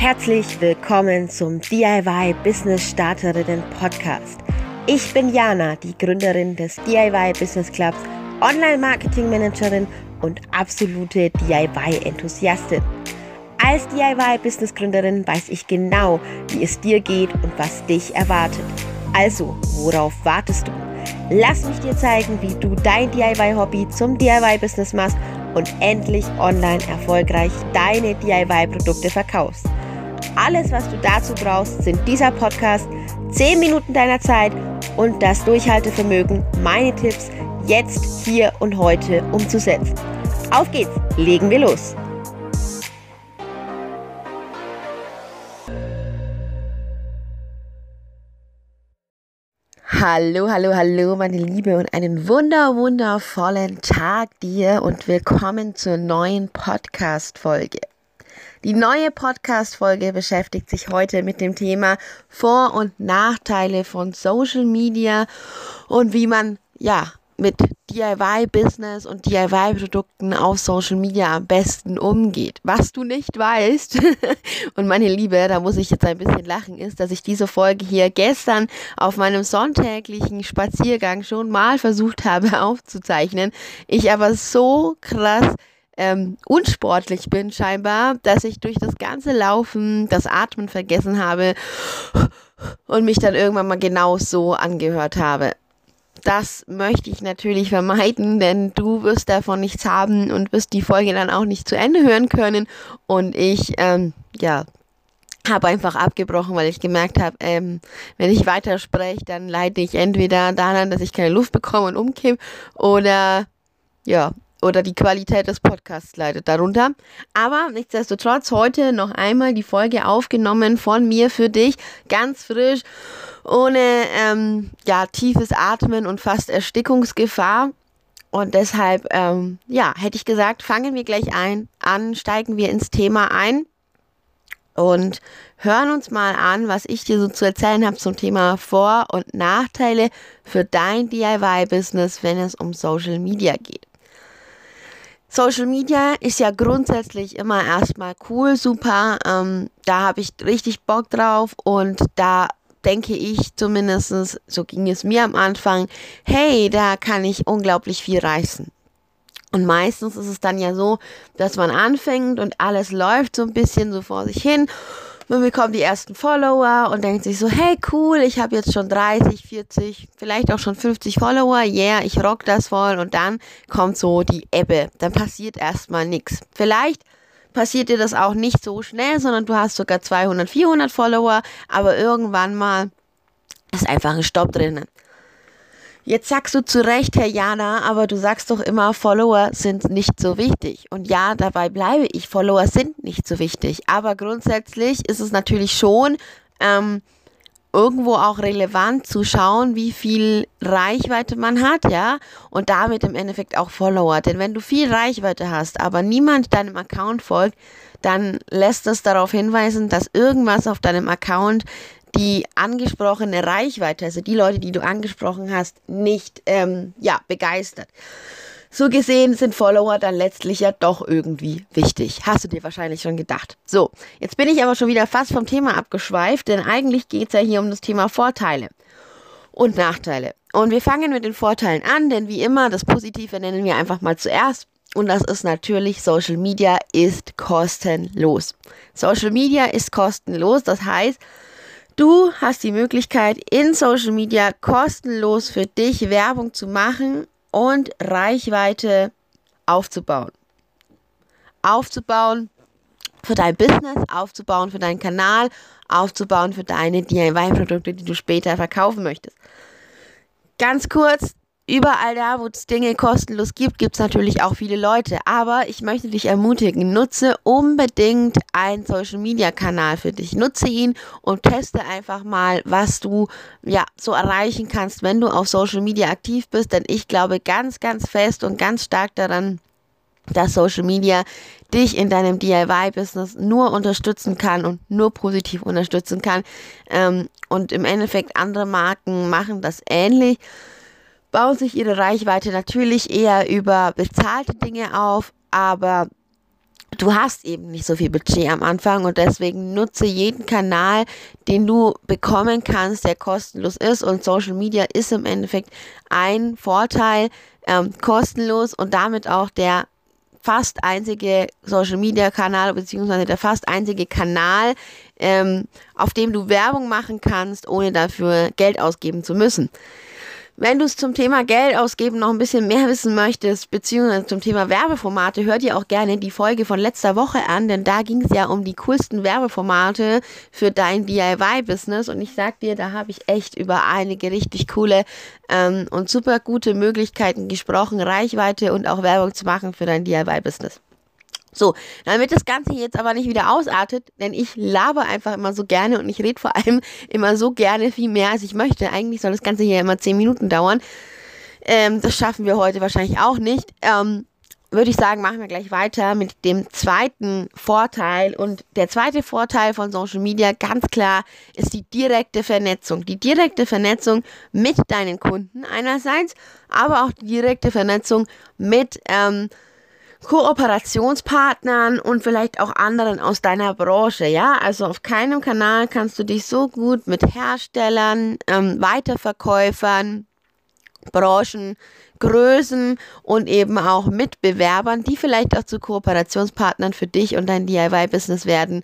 Herzlich willkommen zum DIY Business Starterinnen Podcast. Ich bin Jana, die Gründerin des DIY Business Clubs, Online-Marketing-Managerin und absolute DIY-Enthusiastin. Als DIY-Business-Gründerin weiß ich genau, wie es dir geht und was dich erwartet. Also, worauf wartest du? Lass mich dir zeigen, wie du dein DIY-Hobby zum DIY-Business machst und endlich online erfolgreich deine DIY-Produkte verkaufst. Alles, was du dazu brauchst, sind dieser Podcast, 10 Minuten deiner Zeit und das Durchhaltevermögen, meine Tipps jetzt, hier und heute umzusetzen. Auf geht's, legen wir los! Hallo meine Liebe und einen wundervollen Tag dir und willkommen zur neuen Podcast-Folge. Die neue Podcast-Folge beschäftigt sich heute mit dem Thema Vor- und Nachteile von Social Media und wie man mit DIY-Business und DIY-Produkten auf Social Media am besten umgeht. Was du nicht weißt, und meine Liebe, da muss ich jetzt ein bisschen lachen, ist, dass ich diese Folge hier gestern auf meinem sonntäglichen Spaziergang schon mal versucht habe aufzuzeichnen. Ich aber so krass unsportlich bin scheinbar, dass ich durch das ganze Laufen das Atmen vergessen habe und mich dann irgendwann mal genau so angehört habe. Das möchte ich natürlich vermeiden, denn du wirst davon nichts haben und wirst die Folge dann auch nicht zu Ende hören können. Und ich, habe einfach abgebrochen, weil ich gemerkt habe, wenn ich weiterspreche, dann leide ich entweder daran, dass ich keine Luft bekomme und umkippe oder die Qualität des Podcasts leidet darunter. Aber nichtsdestotrotz heute noch einmal die Folge aufgenommen von mir für dich, ganz frisch, ohne tiefes Atmen und fast Erstickungsgefahr. Und deshalb, hätte ich gesagt, fangen wir gleich an, steigen wir ins Thema ein und hören uns mal an, was ich dir so zu erzählen habe zum Thema Vor- und Nachteile für dein DIY-Business, wenn es um Social Media geht. Social Media ist ja grundsätzlich immer erstmal cool, super, da habe ich richtig Bock drauf und da denke ich zumindest, so ging es mir am Anfang, hey, da kann ich unglaublich viel reißen. Und meistens ist es dann ja so, dass man anfängt und alles läuft so ein bisschen so vor sich hin. Man bekommt die ersten Follower und denkt sich so, hey cool, ich habe jetzt schon 30, 40, vielleicht auch schon 50 Follower, ich rock das voll und dann kommt so die Ebbe, dann passiert erstmal nichts. Vielleicht passiert dir das auch nicht so schnell, sondern du hast sogar 200, 400 Follower, aber irgendwann mal ist einfach ein Stopp drinnen. Jetzt sagst du zu Recht, Herr Jana, aber du sagst doch immer, Follower sind nicht so wichtig. Und ja, dabei bleibe ich, Follower sind nicht so wichtig. Aber grundsätzlich ist es natürlich schon irgendwo auch relevant zu schauen, wie viel Reichweite man hat, ja, und damit im Endeffekt auch Follower. Denn wenn du viel Reichweite hast, aber niemand deinem Account folgt, dann lässt es darauf hinweisen, dass irgendwas auf deinem Account die angesprochene Reichweite, also die Leute, die du angesprochen hast, nicht begeistert. So gesehen sind Follower dann letztlich ja doch irgendwie wichtig. Hast du dir wahrscheinlich schon gedacht. So, jetzt bin ich aber schon wieder fast vom Thema abgeschweift, denn eigentlich geht es ja hier um das Thema Vorteile und Nachteile. Und wir fangen mit den Vorteilen an, denn wie immer, das Positive nennen wir einfach mal zuerst. Und das ist natürlich, Social Media ist kostenlos. Social Media ist kostenlos, das heißt, du hast die Möglichkeit, in Social Media kostenlos für dich Werbung zu machen und Reichweite aufzubauen. Aufzubauen für dein Business, aufzubauen für deinen Kanal, aufzubauen für deine DIY-Produkte, die du später verkaufen möchtest. Ganz kurz, überall da, wo es Dinge kostenlos gibt, gibt es natürlich auch viele Leute. Aber ich möchte dich ermutigen, nutze unbedingt einen Social-Media-Kanal für dich. Nutze ihn und teste einfach mal, was du so erreichen kannst, wenn du auf Social Media aktiv bist. Denn ich glaube ganz, ganz fest und ganz stark daran, dass Social Media dich in deinem DIY-Business nur unterstützen kann und nur positiv unterstützen kann. Und im Endeffekt andere Marken machen das ähnlich. Bauen sich ihre Reichweite natürlich eher über bezahlte Dinge auf, aber du hast eben nicht so viel Budget am Anfang und deswegen nutze jeden Kanal, den du bekommen kannst, der kostenlos ist, und Social Media ist im Endeffekt ein Vorteil, kostenlos und damit auch der fast einzige Social Media Kanal beziehungsweise der fast einzige Kanal, auf dem du Werbung machen kannst, ohne dafür Geld ausgeben zu müssen. Wenn du es zum Thema Geld ausgeben noch ein bisschen mehr wissen möchtest, beziehungsweise zum Thema Werbeformate, hör dir auch gerne die Folge von letzter Woche an, denn da ging es ja um die coolsten Werbeformate für dein DIY-Business und ich sag dir, da habe ich echt über einige richtig coole und super gute Möglichkeiten gesprochen, Reichweite und auch Werbung zu machen für dein DIY-Business. So, damit das Ganze jetzt aber nicht wieder ausartet, denn ich laber einfach immer so gerne und ich rede vor allem immer so gerne viel mehr, als ich möchte. Eigentlich soll das Ganze hier immer 10 Minuten dauern. Das schaffen wir heute wahrscheinlich auch nicht. Würde ich sagen, machen wir gleich weiter mit dem zweiten Vorteil. Und der zweite Vorteil von Social Media, ganz klar, ist die direkte Vernetzung. Die direkte Vernetzung mit deinen Kunden einerseits, aber auch die direkte Vernetzung mit Kooperationspartnern und vielleicht auch anderen aus deiner Branche, ja, also auf keinem Kanal kannst du dich so gut mit Herstellern, Weiterverkäufern, Branchengrößen und eben auch Mitbewerbern, die vielleicht auch zu Kooperationspartnern für dich und dein DIY-Business werden,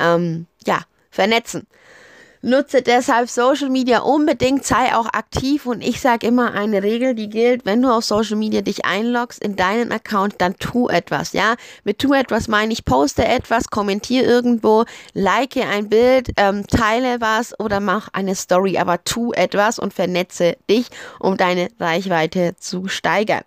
vernetzen. Nutze deshalb Social Media unbedingt, sei auch aktiv und ich sage immer eine Regel, die gilt, wenn du auf Social Media dich einloggst in deinen Account, dann tu etwas, ja. Mit tu etwas meine ich, poste etwas, kommentiere irgendwo, like ein Bild, teile was oder mach eine Story, aber tu etwas und vernetze dich, um deine Reichweite zu steigern.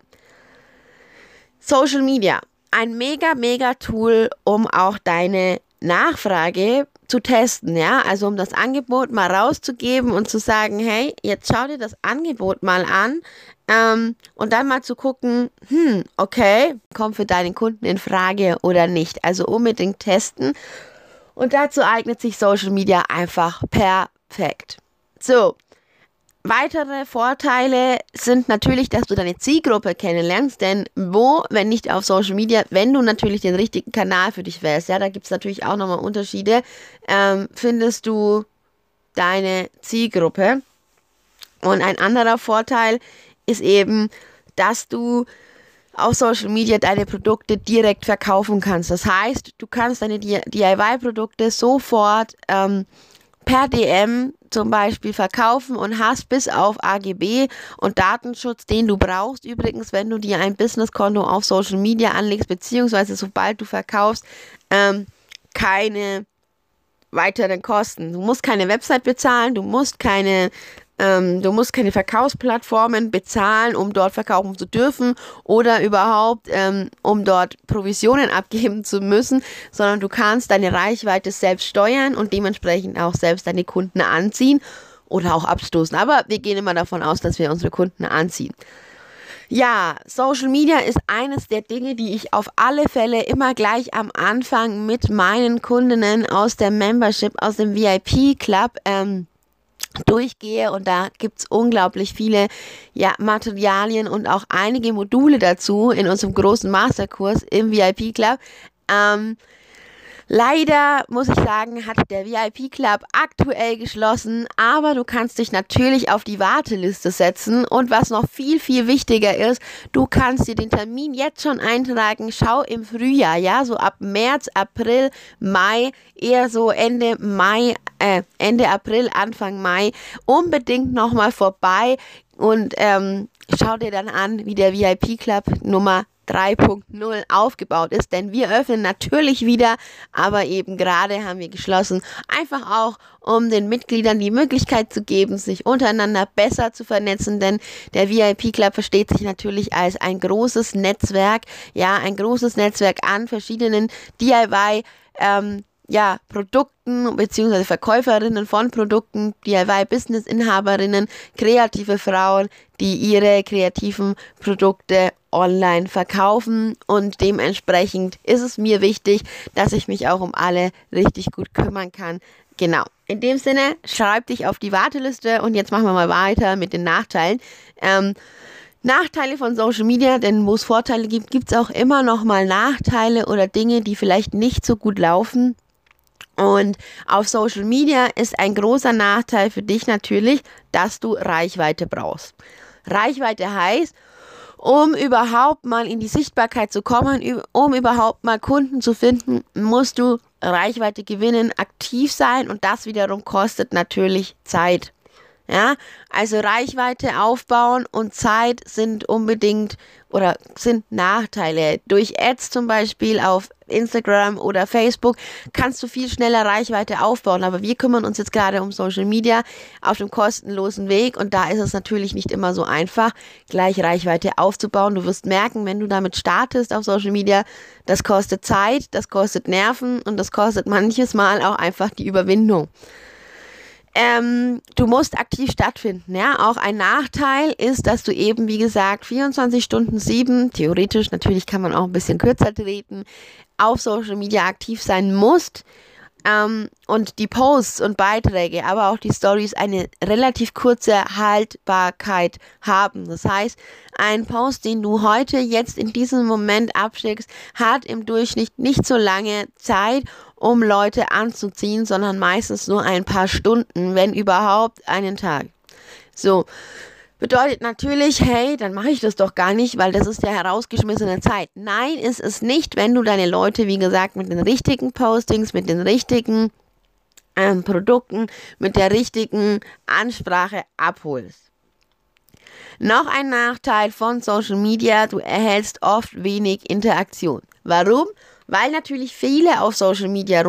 Social Media, ein mega Tool, um auch deine Nachfrage zu testen, ja, also um das Angebot mal rauszugeben und zu sagen, hey, jetzt schau dir das Angebot mal an und dann mal zu gucken, okay, kommt für deinen Kunden in Frage oder nicht, also unbedingt testen und dazu eignet sich Social Media einfach perfekt. So, weitere Vorteile sind natürlich, dass du deine Zielgruppe kennenlernst, denn wo, wenn nicht auf Social Media, wenn du natürlich den richtigen Kanal für dich wählst, ja, da gibt es natürlich auch nochmal Unterschiede, findest du deine Zielgruppe. Und ein anderer Vorteil ist eben, dass du auf Social Media deine Produkte direkt verkaufen kannst. Das heißt, du kannst deine DIY-Produkte sofort per DM zum Beispiel verkaufen und hast bis auf AGB und Datenschutz, den du brauchst, übrigens, wenn du dir ein Businesskonto auf Social Media anlegst, beziehungsweise sobald du verkaufst, keine weiteren Kosten. Du musst keine Website bezahlen, du musst keine Verkaufsplattformen bezahlen, um dort verkaufen zu dürfen oder überhaupt, um dort Provisionen abgeben zu müssen, sondern du kannst deine Reichweite selbst steuern und dementsprechend auch selbst deine Kunden anziehen oder auch abstoßen. Aber wir gehen immer davon aus, dass wir unsere Kunden anziehen. Ja, Social Media ist eines der Dinge, die ich auf alle Fälle immer gleich am Anfang mit meinen Kundinnen aus der Membership, aus dem VIP-Club, durchgehe und da gibt's unglaublich viele Materialien und auch einige Module dazu in unserem großen Masterkurs im VIP Club. Leider muss ich sagen, hat der VIP Club aktuell geschlossen, aber du kannst dich natürlich auf die Warteliste setzen und was noch viel wichtiger ist, du kannst dir den Termin jetzt schon eintragen, schau im Frühjahr, ja, so ab März, April, Mai, eher so Ende April, Anfang Mai, unbedingt nochmal vorbei und schau dir dann an, wie der VIP Club Nummer 3.0 aufgebaut ist, denn wir öffnen natürlich wieder, aber eben gerade haben wir geschlossen, einfach auch, um den Mitgliedern die Möglichkeit zu geben, sich untereinander besser zu vernetzen, denn der VIP Club versteht sich natürlich als ein großes Netzwerk, ein großes Netzwerk an verschiedenen DIY Produkten bzw. Verkäuferinnen von Produkten, DIY-Business-Inhaberinnen, kreative Frauen, die ihre kreativen Produkte online verkaufen und dementsprechend ist es mir wichtig, dass ich mich auch um alle richtig gut kümmern kann. Genau. In dem Sinne, schreib dich auf die Warteliste und jetzt machen wir mal weiter mit den Nachteilen. Nachteile von Social Media, denn wo es Vorteile gibt, gibt es auch immer noch mal Nachteile oder Dinge, die vielleicht nicht so gut laufen. Und auf Social Media ist ein großer Nachteil für dich natürlich, dass du Reichweite brauchst. Reichweite heißt, um überhaupt mal in die Sichtbarkeit zu kommen, um überhaupt mal Kunden zu finden, musst du Reichweite gewinnen, aktiv sein und das wiederum kostet natürlich Zeit. Ja, also Reichweite aufbauen und Zeit sind unbedingt oder sind Nachteile. Durch Ads zum Beispiel auf Instagram oder Facebook kannst du viel schneller Reichweite aufbauen, aber wir kümmern uns jetzt gerade um Social Media auf dem kostenlosen Weg und da ist es natürlich nicht immer so einfach, gleich Reichweite aufzubauen. Du wirst merken, wenn du damit startest auf Social Media, das kostet Zeit, das kostet Nerven und das kostet manches Mal auch einfach die Überwindung. Du musst aktiv stattfinden, ja. Auch ein Nachteil ist, dass du eben, wie gesagt, 24 Stunden 7, theoretisch, natürlich kann man auch ein bisschen kürzer treten, auf Social Media aktiv sein musst. Und die Posts und Beiträge, aber auch die Stories eine relativ kurze Haltbarkeit haben. Das heißt, ein Post, den du heute jetzt in diesem Moment abschickst, hat im Durchschnitt nicht so lange Zeit, um Leute anzuziehen, sondern meistens nur ein paar Stunden, wenn überhaupt einen Tag. So. Bedeutet natürlich, hey, dann mache ich das doch gar nicht, weil das ist ja herausgeschmissene Zeit. Nein, ist es nicht, wenn du deine Leute, wie gesagt, mit den richtigen Postings, mit den richtigen Produkten, mit der richtigen Ansprache abholst. Noch ein Nachteil von Social Media, du erhältst oft wenig Interaktion. Warum? Weil natürlich viele auf Social Media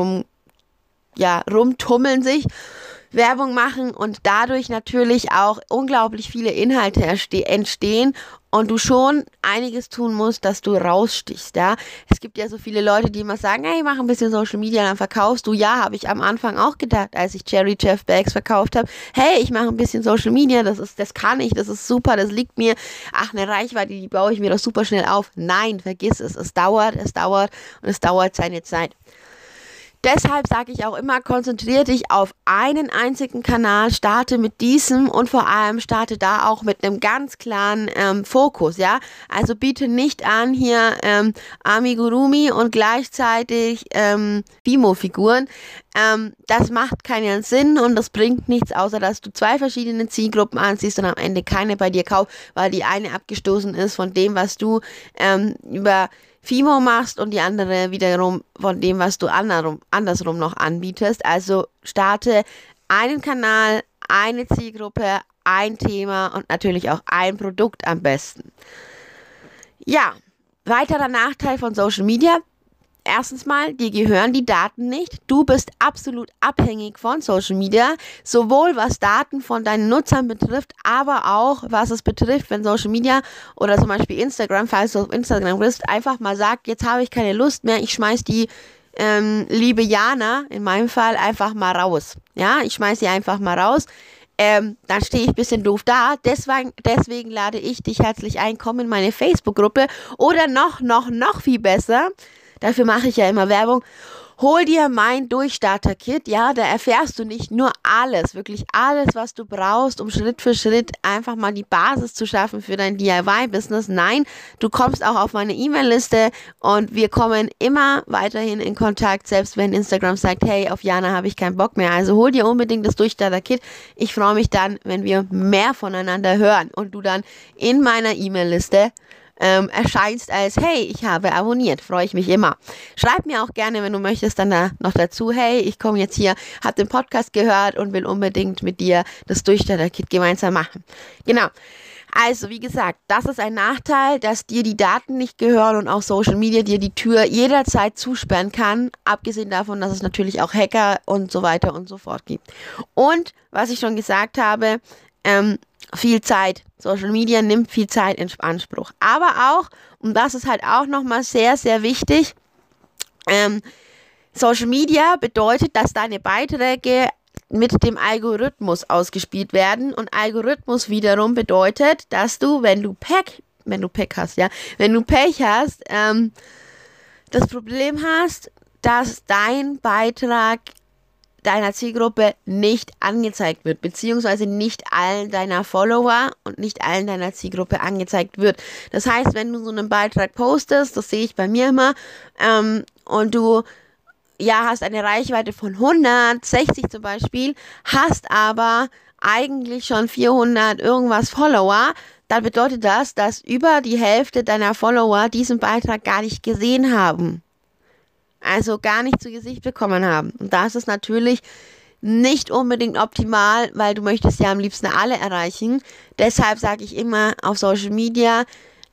rumtummeln sich, Werbung machen und dadurch natürlich auch unglaublich viele Inhalte entstehen und du schon einiges tun musst, dass du rausstichst, ja. Es gibt ja so viele Leute, die immer sagen, hey, mach ein bisschen Social Media, dann verkaufst du. Ja, habe ich am Anfang auch gedacht, als ich Cherry Jeff Bags verkauft habe. Hey, ich mache ein bisschen Social Media, das kann ich, das ist super, das liegt mir. Ach, eine Reichweite, die baue ich mir doch super schnell auf. Nein, vergiss es. Es dauert und es dauert seine Zeit. Deshalb sage ich auch immer, konzentriere dich auf einen einzigen Kanal, starte mit diesem und vor allem starte da auch mit einem ganz klaren Fokus, ja. Also biete nicht an hier Amigurumi und gleichzeitig Fimo-Figuren. Das macht keinen Sinn und das bringt nichts, außer dass du zwei verschiedene Zielgruppen anziehst und am Ende keine bei dir kauft, weil die eine abgestoßen ist von dem, was du über Fimo machst und die andere wiederum von dem, was du andersrum noch anbietest. Also starte einen Kanal, eine Zielgruppe, ein Thema und natürlich auch ein Produkt am besten. Ja, weiterer Nachteil von Social Media. Erstens mal, dir gehören die Daten nicht. Du bist absolut abhängig von Social Media, sowohl was Daten von deinen Nutzern betrifft, aber auch was es betrifft, wenn Social Media oder zum Beispiel Instagram, falls du auf Instagram bist, einfach mal sagt, jetzt habe ich keine Lust mehr, ich schmeiß die liebe Jana, in meinem Fall, einfach mal raus. Ja, ich schmeiß sie einfach mal raus. Dann stehe ich ein bisschen doof da. Deswegen lade ich dich herzlich ein, komm in meine Facebook-Gruppe oder noch viel besser. Dafür mache ich ja immer Werbung. Hol dir mein Durchstarter-Kit, ja, da erfährst du nicht nur alles, wirklich alles, was du brauchst, um Schritt für Schritt einfach mal die Basis zu schaffen für dein DIY-Business. Nein, du kommst auch auf meine E-Mail-Liste und wir kommen immer weiterhin in Kontakt, selbst wenn Instagram sagt, hey, auf Jana habe ich keinen Bock mehr. Also hol dir unbedingt das Durchstarter-Kit. Ich freue mich dann, wenn wir mehr voneinander hören und du dann in meiner E-Mail-Liste erscheinst als, hey, ich habe abonniert, freue ich mich immer. Schreib mir auch gerne, wenn du möchtest, dann da noch dazu, hey, ich komme jetzt hier, habe den Podcast gehört und will unbedingt mit dir das Durchstarter-Kit gemeinsam machen. Genau. Also, wie gesagt, das ist ein Nachteil, dass dir die Daten nicht gehören und auch Social Media dir die Tür jederzeit zusperren kann, abgesehen davon, dass es natürlich auch Hacker und so weiter und so fort gibt. Und, was ich schon gesagt habe, viel Zeit. Social Media nimmt viel Zeit in Anspruch. Aber auch, und das ist halt auch nochmal sehr, sehr wichtig, Social Media bedeutet, dass deine Beiträge mit dem Algorithmus ausgespielt werden. Und Algorithmus wiederum bedeutet, dass du, wenn du Pech hast, das Problem hast, dass dein Beitrag deiner Zielgruppe nicht angezeigt wird, beziehungsweise nicht allen deiner Follower und nicht allen deiner Zielgruppe angezeigt wird. Das heißt, wenn du so einen Beitrag postest, das sehe ich bei mir immer, und du hast eine Reichweite von 160 zum Beispiel, hast aber eigentlich schon 400 irgendwas Follower, dann bedeutet das, dass über die Hälfte deiner Follower diesen Beitrag gar nicht gesehen haben. Also gar nicht zu Gesicht bekommen haben. Und das ist natürlich nicht unbedingt optimal, weil du möchtest ja am liebsten alle erreichen. Deshalb sage ich immer auf Social Media,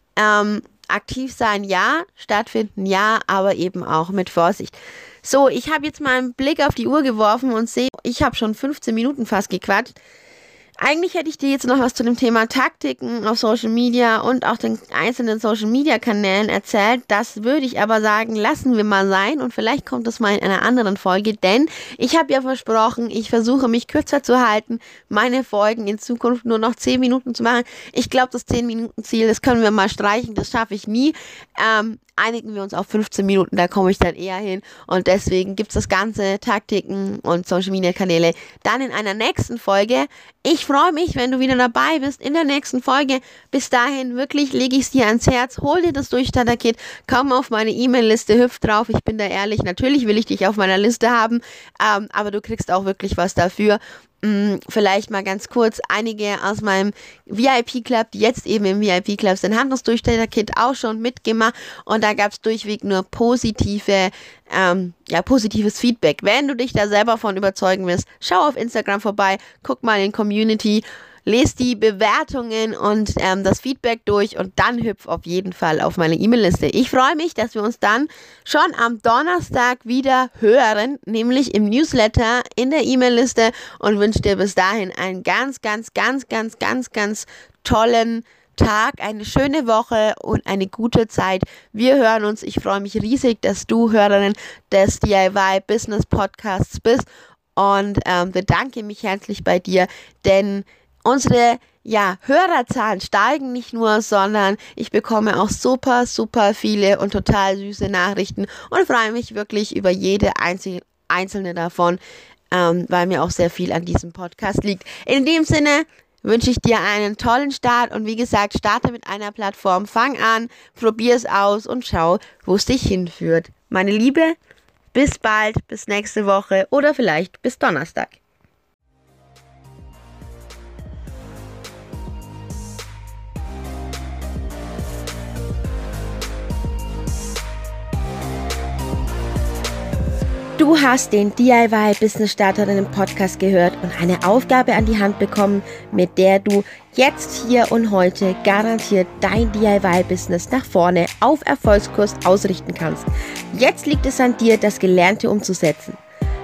aktiv sein ja, stattfinden ja, aber eben auch mit Vorsicht. So, ich habe jetzt mal einen Blick auf die Uhr geworfen und sehe, ich habe schon 15 Minuten fast gequatscht. Eigentlich hätte ich dir jetzt noch was zu dem Thema Taktiken auf Social Media und auch den einzelnen Social Media Kanälen erzählt. Das würde ich aber sagen, lassen wir mal sein und vielleicht kommt es mal in einer anderen Folge, denn ich habe ja versprochen, ich versuche mich kürzer zu halten, meine Folgen in Zukunft nur noch 10 Minuten zu machen. Ich glaube, das 10-Minuten-Ziel, das können wir mal streichen, das schaffe ich nie. Einigen wir uns auf 15 Minuten, da komme ich dann eher hin und deswegen gibt es das ganze Taktiken und Social Media Kanäle dann in einer nächsten Folge. Ich freue mich, wenn du wieder dabei bist in der nächsten Folge. Bis dahin wirklich lege ich es dir ans Herz, hol dir das Durchstarter-Kit, komm auf meine E-Mail-Liste, hüpf drauf, ich bin da ehrlich, natürlich will ich dich auf meiner Liste haben, aber du kriegst auch wirklich was dafür. Vielleicht mal ganz kurz, einige aus meinem VIP-Club, die jetzt eben im VIP-Club sind, haben das Durchstarter-Kit auch schon mitgemacht und da gab es durchweg nur positives Feedback. Wenn du dich da selber von überzeugen willst, schau auf Instagram vorbei, guck mal in Community, lese die Bewertungen und das Feedback durch und dann hüpf auf jeden Fall auf meine E-Mail-Liste. Ich freue mich, dass wir uns dann schon am Donnerstag wieder hören, nämlich im Newsletter in der E-Mail-Liste und wünsche dir bis dahin einen ganz, ganz, ganz, ganz, ganz, ganz tollen Tag, eine schöne Woche und eine gute Zeit. Wir hören uns. Ich freue mich riesig, dass du Hörerin des DIY Business Podcasts bist und bedanke mich herzlich bei dir, denn unsere Hörerzahlen steigen nicht nur, sondern ich bekomme auch super, super viele und total süße Nachrichten und freue mich wirklich über jede einzelne davon, weil mir auch sehr viel an diesem Podcast liegt. In dem Sinne wünsche ich dir einen tollen Start und wie gesagt, starte mit einer Plattform, fang an, probier es aus und schau, wo es dich hinführt. Meine Liebe, bis bald, bis nächste Woche oder vielleicht bis Donnerstag. Du hast den DIY Business Starterinnen Podcast gehört und eine Aufgabe an die Hand bekommen, mit der du jetzt, hier und heute garantiert dein DIY Business nach vorne auf Erfolgskurs ausrichten kannst. Jetzt liegt es an dir, das Gelernte umzusetzen.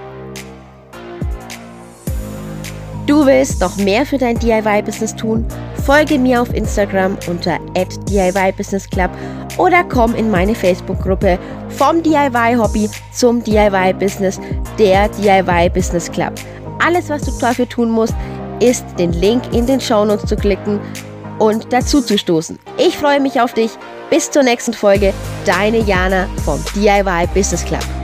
Du willst noch mehr für dein DIY-Business tun? Folge mir auf Instagram unter @DIY-Business-Club oder komm in meine Facebook-Gruppe vom DIY-Hobby zum DIY-Business, der DIY-Business Club. Alles, was du dafür tun musst, ist, den Link in den Shownotes zu klicken und dazu zu stoßen. Ich freue mich auf dich. Bis zur nächsten Folge. Deine Jana vom DIY Business Club.